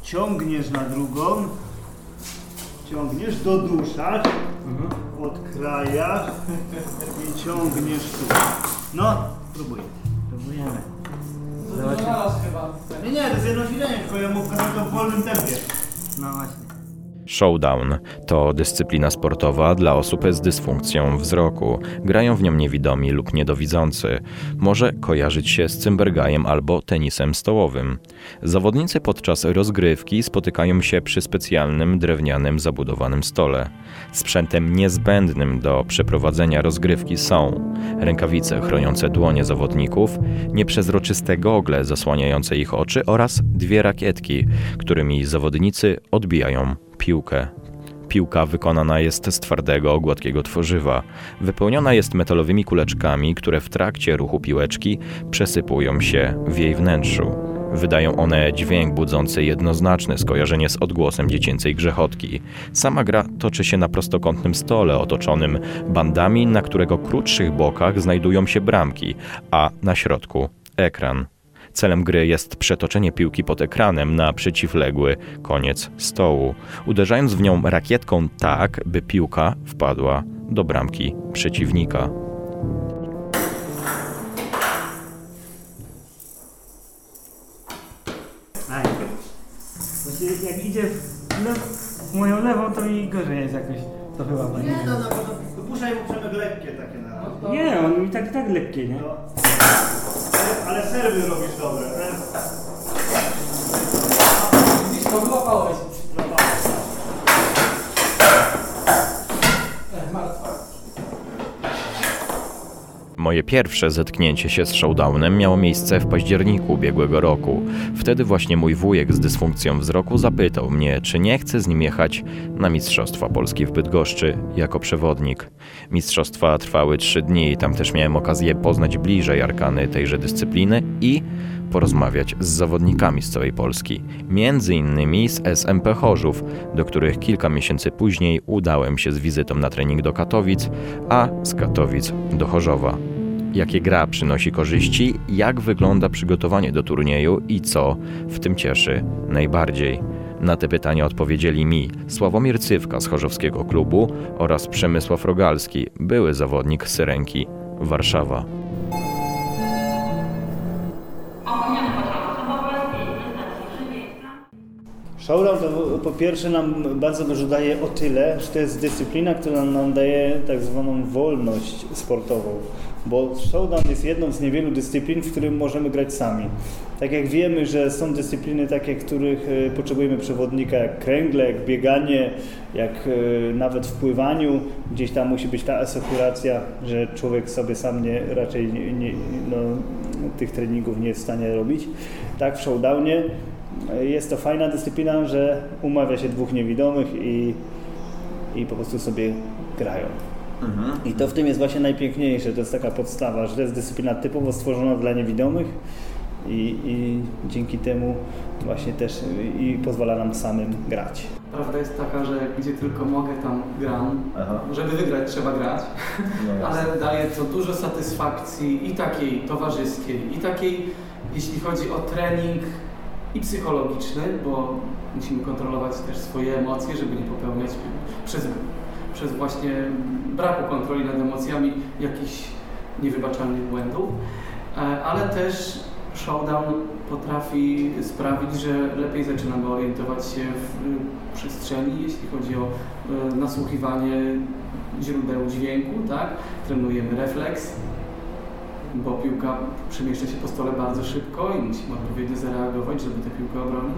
ciągniesz na drugą, ciągniesz, doduszasz, odkrajasz i ciągniesz tu. No, próbujemy. Nie, to jest jedno ćwiczenie, tylko ja mu pokażę to w wolnym tempie. No właśnie. Showdown to dyscyplina sportowa dla osób z dysfunkcją wzroku. Grają w nią niewidomi lub niedowidzący. Może kojarzyć się z cymbergajem albo tenisem stołowym. Zawodnicy podczas rozgrywki spotykają się przy specjalnym drewnianym zabudowanym stole. Sprzętem niezbędnym do przeprowadzenia rozgrywki są rękawice chroniące dłonie zawodników, nieprzezroczyste gogle zasłaniające ich oczy oraz 2 rakietki, którymi zawodnicy odbijają piłkę. Piłka wykonana jest z twardego, gładkiego tworzywa. Wypełniona jest metalowymi kuleczkami, które w trakcie ruchu piłeczki przesypują się w jej wnętrzu. Wydają one dźwięk budzący jednoznaczne skojarzenie z odgłosem dziecięcej grzechotki. Sama gra toczy się na prostokątnym stole otoczonym bandami, na którego krótszych bokach znajdują się bramki, a na środku ekran. Celem gry jest przetoczenie piłki pod ekranem na przeciwległy koniec stołu, uderzając w nią rakietką tak, by piłka wpadła do bramki przeciwnika. Właściwie jak idzie w moją lewą, to mi gorzej jest jakoś. To chyba pani. Nie, no, puszczaj mu Przemek lekkie takie na. Nie, on mi tak lekkie, nie? No. Ale serwy robisz dobre. Widzisz, to wyłapałeś. Moje pierwsze zetknięcie się z showdownem miało miejsce w październiku ubiegłego roku. Wtedy właśnie mój wujek z dysfunkcją wzroku zapytał mnie, czy nie chcę z nim jechać na Mistrzostwa Polski w Bydgoszczy jako przewodnik. Mistrzostwa trwały 3 dni i tam też miałem okazję poznać bliżej arkany tejże dyscypliny i porozmawiać z zawodnikami z całej Polski, między innymi z SMP Chorzów, do których kilka miesięcy później udałem się z wizytą na trening do Katowic, a z Katowic do Chorzowa. Jakie gra przynosi korzyści, jak wygląda przygotowanie do turnieju i co w tym cieszy najbardziej. Na te pytania odpowiedzieli mi Sławomir Cywka z chorzowskiego klubu oraz Przemysław Rogalski, były zawodnik Syrenki Warszawa. Showdown to po pierwsze nam bardzo dużo daje o tyle, że to jest dyscyplina, która nam daje tak zwaną wolność sportową, bo showdown jest jedną z niewielu dyscyplin, w którym możemy grać sami. Tak jak wiemy, że są dyscypliny takie, w których potrzebujemy przewodnika, jak kręgle, jak bieganie, jak nawet w pływaniu, gdzieś tam musi być ta asekuracja, że człowiek sobie sam raczej tych treningów nie jest w stanie robić. Tak w showdownie jest to fajna dyscyplina, że umawia się 2 niewidomych i po prostu sobie grają. I to w tym jest właśnie najpiękniejsze, to jest taka podstawa, że to jest dyscyplina typowo stworzona dla niewidomych i dzięki temu właśnie też i pozwala nam samym grać. Prawda jest taka, że gdzie tylko mogę, tam gram. Żeby wygrać, trzeba grać, ale daje to dużo satysfakcji i takiej towarzyskiej, i takiej, jeśli chodzi o trening, i psychologiczny, bo musimy kontrolować też swoje emocje, żeby nie popełniać przez właśnie braku kontroli nad emocjami jakichś niewybaczalnych błędów, ale też showdown potrafi sprawić, że lepiej zaczynamy orientować się w przestrzeni, jeśli chodzi o nasłuchiwanie źródeł dźwięku, tak? Trenujemy refleks, bo piłka przemieszcza się po stole bardzo szybko i musimy odpowiednio zareagować, żeby tę piłkę obronić.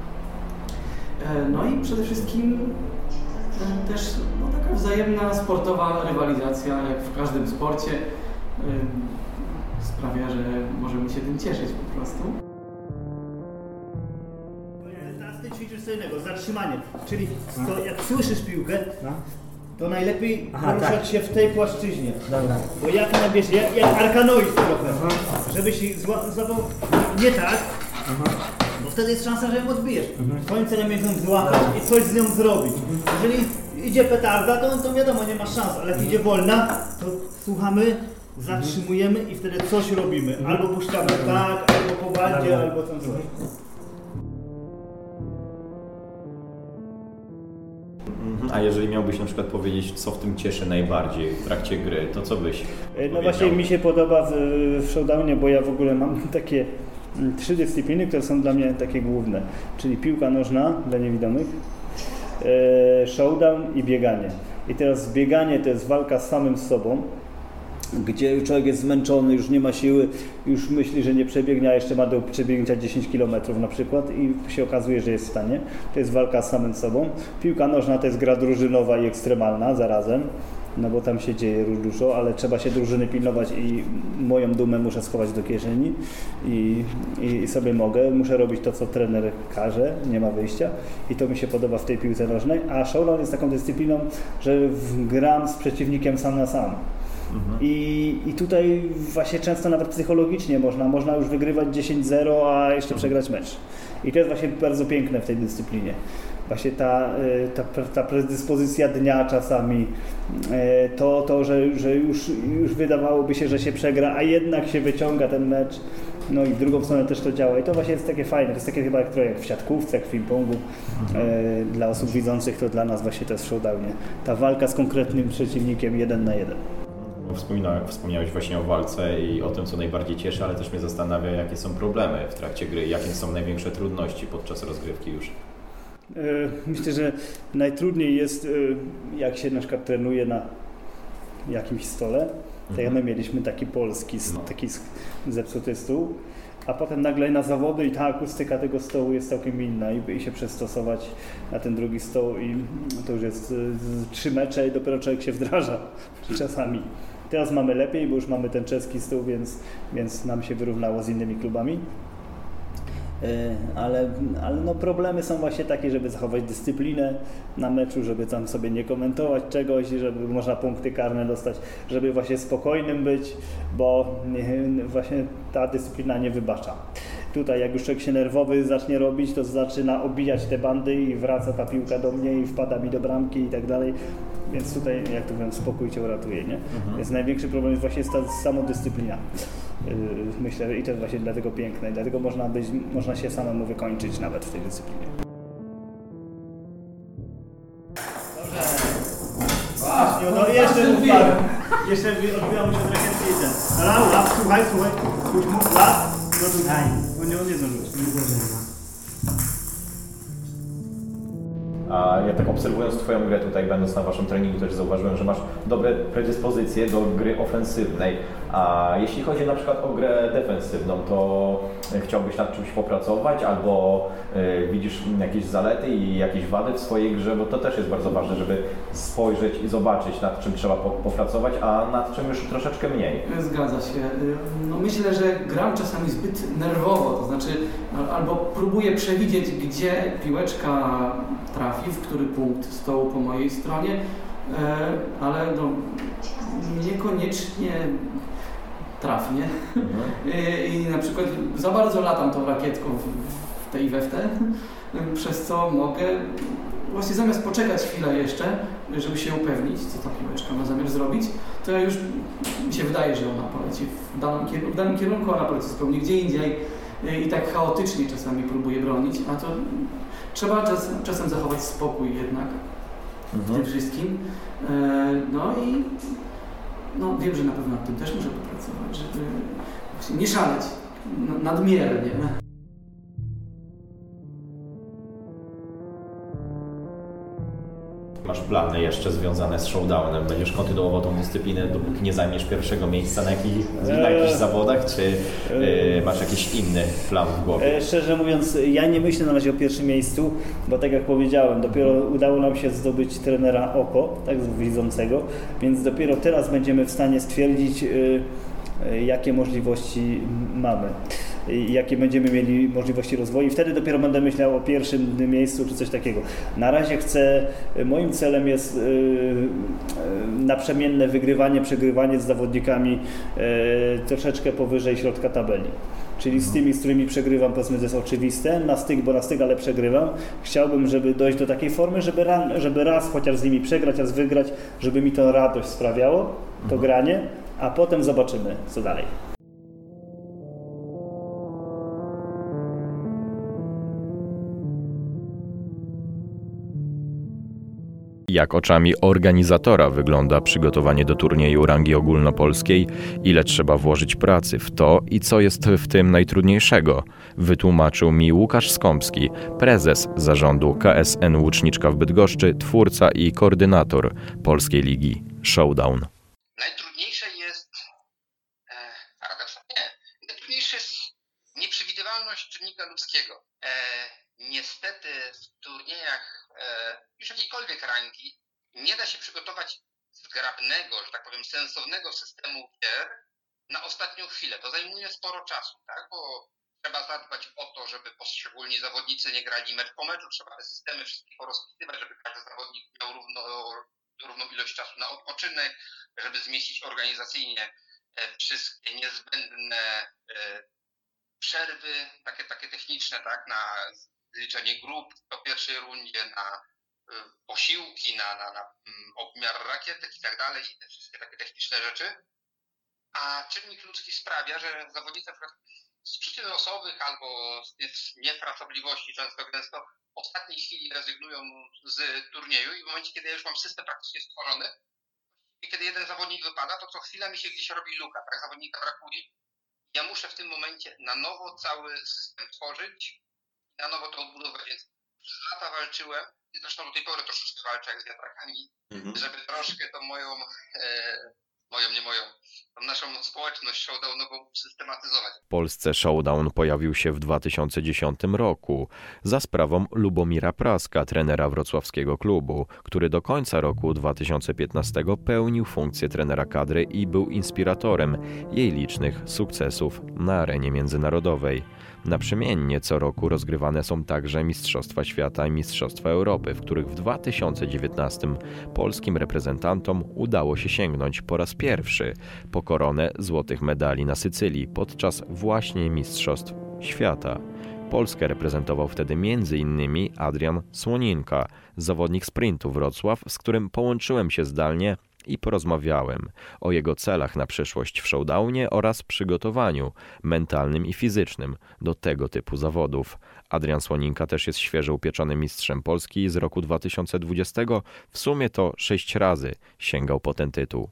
No i przede wszystkim też taka wzajemna sportowa rywalizacja, jak w każdym sporcie, sprawia, że możemy się tym cieszyć po prostu. Teraz ty ćwiczysz co innego, zatrzymanie, czyli jak słyszysz piłkę, to najlepiej poruszać się w tej płaszczyźnie. Dobra. Bo jak nabierz, jak arkanoid trochę, żebyś złapał nie tak, bo wtedy jest szansa, że ją odbijesz. Twoim celem jest ją złapać i coś z nią zrobić. Jeżeli idzie petarda, to wiadomo, nie ma szans, ale jak idzie wolna, to słuchamy, zatrzymujemy i wtedy coś robimy. Albo puszczamy tak, albo po bandzie, albo tam coś. A jeżeli miałbyś na przykład powiedzieć, co w tym cieszy najbardziej w trakcie gry, to co byś powiedział? No właśnie mi się podoba w Showdownie, bo ja w ogóle mam takie 3 dyscypliny, które są dla mnie takie główne, czyli piłka nożna dla niewidomych, showdown i bieganie. I teraz bieganie to jest walka z samym sobą, gdzie człowiek jest zmęczony, już nie ma siły, już myśli, że nie przebiegnie, a jeszcze ma do przebiegnięcia 10 km na przykład i się okazuje, że jest w stanie. To jest walka z samym sobą. Piłka nożna to jest gra drużynowa i ekstremalna zarazem, no bo tam się dzieje dużo, ale trzeba się drużyny pilnować i moją dumę muszę schować do kieszeni i sobie muszę robić to, co trener każe, nie ma wyjścia i to mi się podoba w tej piłce nożnej, a showdown jest taką dyscypliną, że gram z przeciwnikiem sam na sam. I tutaj właśnie często nawet psychologicznie można już wygrywać 10-0, a jeszcze przegrać mecz. I to jest właśnie bardzo piękne w tej dyscyplinie. Właśnie ta predyspozycja dnia czasami, że już wydawałoby się, że się przegra, a jednak się wyciąga ten mecz. No i w drugą stronę też to działa. I to właśnie jest takie fajne. To jest takie chyba jak w siatkówce, jak w ping-pongu. Dla osób widzących to dla nas właśnie to jest w showdownie. Ta walka z konkretnym przeciwnikiem 1 na 1. Wspomniałeś właśnie o walce i o tym, co najbardziej cieszy, ale też mnie zastanawia, jakie są problemy w trakcie gry, jakie są największe trudności podczas rozgrywki już. Myślę, że najtrudniej jest, jak się na przykład trenuje na jakimś stole. Tak my mieliśmy taki polski, taki zepsuty stół, a potem nagle na zawody i ta akustyka tego stołu jest całkiem inna i się przystosować na ten drugi stoł i to już jest 3 mecze i dopiero człowiek się wdraża czasami. Teraz mamy lepiej, bo już mamy ten czeski stół, więc nam się wyrównało z innymi klubami. Ale no problemy są właśnie takie, żeby zachować dyscyplinę na meczu, żeby tam sobie nie komentować czegoś, żeby można punkty karne dostać, żeby właśnie spokojnym być, bo właśnie ta dyscyplina nie wybacza. Tutaj jak już człowiek się nerwowy zacznie robić, to zaczyna obijać te bandy i wraca ta piłka do mnie i wpada mi do bramki i tak dalej. Więc tutaj, jak to mówię, spokój cię uratuje, nie? Więc największy problem jest właśnie ta samodyscyplina. Myślę, i to jest właśnie dlatego piękne i dlatego można się samemu wykończyć nawet w tej dyscyplinie. Dobrze. No jeszcze odbijam mu się trochę i ten. Laura, słuchaj, już mów lat, no tutaj, bo nie zdążyłeś. A ja tak obserwując Twoją grę tutaj, będąc na Waszym treningu, też zauważyłem, że masz dobre predyspozycje do gry ofensywnej. A jeśli chodzi na przykład o grę defensywną, to chciałbyś nad czymś popracować albo widzisz jakieś zalety i jakieś wady w swojej grze, bo to też jest bardzo ważne, żeby spojrzeć i zobaczyć, nad czym trzeba popracować, a nad czym już troszeczkę mniej. Zgadza się. No myślę, że gram czasami zbyt nerwowo, to znaczy albo próbuję przewidzieć, gdzie piłeczka trafi, w który punkt stołu po mojej stronie, ale no, niekoniecznie trafnie. I na przykład za bardzo latam tą rakietką w tej i we w te, przez co mogę właśnie zamiast poczekać chwilę jeszcze, żeby się upewnić, co ta piłeczka ma zamiar zrobić, to już mi się wydaje, że ona poleci w danym kierunku, ona poleci zupełnie gdzie indziej i tak chaotycznie czasami próbuję bronić, a to trzeba czasem zachować spokój jednak w tym wszystkim. No i no, wiem, że na pewno nad tym też muszę popracować, żeby właśnie nie szaleć nadmiernie. Masz plany jeszcze związane z showdownem? Będziesz kontynuował tą dyscyplinę, dopóki nie zajmiesz pierwszego miejsca na jakichś zawodach, czy masz jakiś inny plan w głowie? Szczerze mówiąc, ja nie myślę na razie o pierwszym miejscu, bo tak jak powiedziałem, dopiero udało nam się zdobyć trenera oko, tak widzącego, więc dopiero teraz będziemy w stanie stwierdzić, jakie możliwości mamy. Jakie będziemy mieli możliwości rozwoju i wtedy dopiero będę myślał o pierwszym miejscu czy coś takiego. Na razie moim celem jest naprzemienne wygrywanie, przegrywanie z zawodnikami troszeczkę powyżej środka tabeli. Czyli z tymi, z którymi przegrywam, powiedzmy, to jest oczywiste, na styk, ale przegrywam. Chciałbym, żeby dojść do takiej formy, żeby raz chociaż z nimi przegrać, raz wygrać, żeby mi to radość sprawiało, to granie, a potem zobaczymy, co dalej. Jak oczami organizatora wygląda przygotowanie do turnieju rangi ogólnopolskiej, ile trzeba włożyć pracy w to i co jest w tym najtrudniejszego, wytłumaczył mi Łukasz Skąpski, prezes zarządu KSN Łuczniczka w Bydgoszczy, twórca i koordynator Polskiej Ligi Showdown. Najtrudniejsze jest najtrudniejsze jest nieprzewidywalność czynnika ludzkiego. Niestety w turniejach już jakiejkolwiek rangi nie da się przygotować zgrabnego, że tak powiem, sensownego systemu gier na ostatnią chwilę. To zajmuje sporo czasu, tak? Bo trzeba zadbać o to, żeby poszczególni zawodnicy nie grali mecz po meczu, trzeba te systemy wszystkie porozpisywać, żeby każdy zawodnik miał równą ilość czasu na odpoczynek, żeby zmieścić organizacyjnie wszystkie niezbędne przerwy, takie techniczne, tak, na liczenie grup po pierwszej rundzie, na posiłki, na obmiar rakietek i tak dalej, i te wszystkie takie techniczne rzeczy. A czynnik ludzki sprawia, że zawodnicy na przykład z przyczyn losowych albo z niefrasobliwości gęsto w ostatniej chwili rezygnują z turnieju i w momencie, kiedy ja już mam system praktycznie stworzony, i kiedy jeden zawodnik wypada, to co chwila mi się gdzieś robi luka, tak, zawodnika brakuje. Ja muszę w tym momencie na nowo cały system tworzyć, na nowo to odbudować, więc przez lata walczyłem, i zresztą do tej pory troszeczkę walczę jak z wiatrakami, żeby troszkę tą tą naszą społeczność showdownową systematyzować. W Polsce Showdown pojawił się w 2010 roku za sprawą Lubomira Praska, trenera wrocławskiego klubu, który do końca roku 2015 pełnił funkcję trenera kadry i był inspiratorem jej licznych sukcesów na arenie międzynarodowej. Naprzemiennie co roku rozgrywane są także Mistrzostwa Świata i Mistrzostwa Europy, w których w 2019 polskim reprezentantom udało się sięgnąć po raz pierwszy po koronę złotych medali na Sycylii podczas właśnie Mistrzostw Świata. Polskę reprezentował wtedy m.in. Adrian Słoninka, zawodnik sprintu Wrocław, z którym połączyłem się zdalnie i porozmawiałem o jego celach na przyszłość w showdownie oraz przygotowaniu mentalnym i fizycznym do tego typu zawodów. Adrian Słoninka też jest świeżo upieczonym mistrzem Polski z roku 2020. W sumie to 6 razy sięgał po ten tytuł.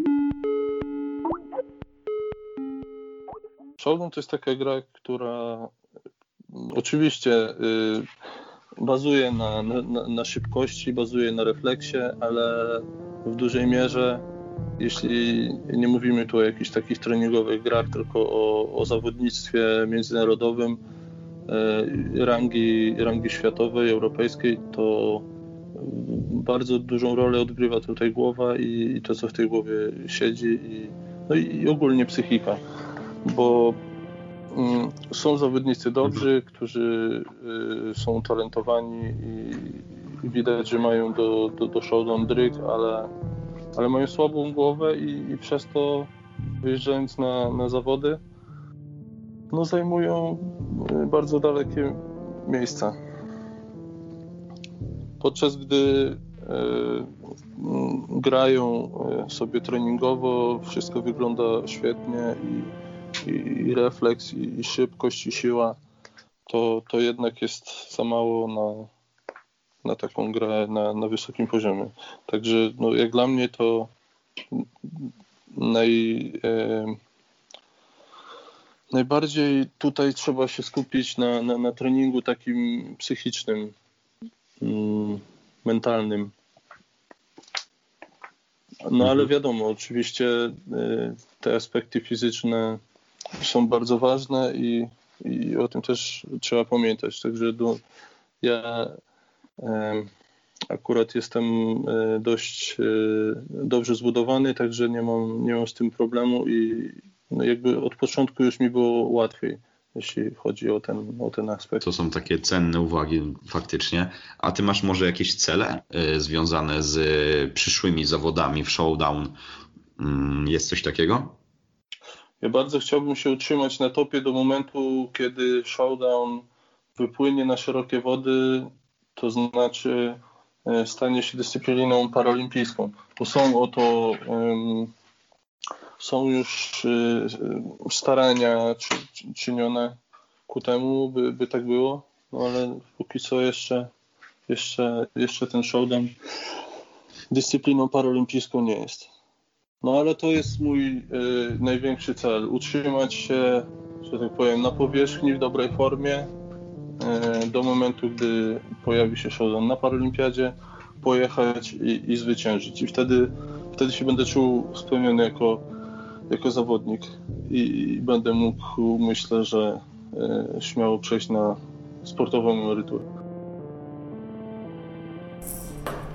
Showdown to jest taka gra, która oczywiście bazuje na szybkości, bazuje na refleksie, ale w dużej mierze, jeśli nie mówimy tu o jakichś takich treningowych grach, tylko o zawodnictwie międzynarodowym rangi światowej, europejskiej, to bardzo dużą rolę odgrywa tutaj głowa i to, co w tej głowie siedzi i ogólnie psychika, bo są zawodnicy dobrzy, którzy są utalentowani i widać, że mają do showdown dryg, ale mają słabą głowę i przez to, wyjeżdżając na zawody, zajmują bardzo dalekie miejsca. Podczas gdy grają sobie treningowo, wszystko wygląda świetnie i refleks, i szybkość, i siła, to jednak jest za mało na taką grę na wysokim poziomie. Także jak dla mnie to najbardziej tutaj trzeba się skupić na treningu takim psychicznym, mentalnym. Ale wiadomo, oczywiście te aspekty fizyczne są bardzo ważne i o tym też trzeba pamiętać. Także ja akurat jestem dość dobrze zbudowany, także nie mam z tym problemu i jakby od początku już mi było łatwiej, jeśli chodzi o ten aspekt. To są takie cenne uwagi faktycznie. A ty masz może jakieś cele związane z przyszłymi zawodami w Showdown? Jest coś takiego? Ja bardzo chciałbym się utrzymać na topie do momentu, kiedy Showdown wypłynie na szerokie wody, to znaczy stanie się dyscypliną paralimpijską. Bo są już starania czynione ku temu, by tak było, ale póki co jeszcze ten Showdown dyscypliną paraolimpijską nie jest. No ale to jest mój największy cel. Utrzymać się, że tak powiem, na powierzchni w dobrej formie do momentu, gdy pojawi się showdown na Paralimpiadzie, pojechać i zwyciężyć. I wtedy się będę czuł spełniony jako zawodnik i będę mógł, myślę, że śmiało przejść na sportową emeryturę.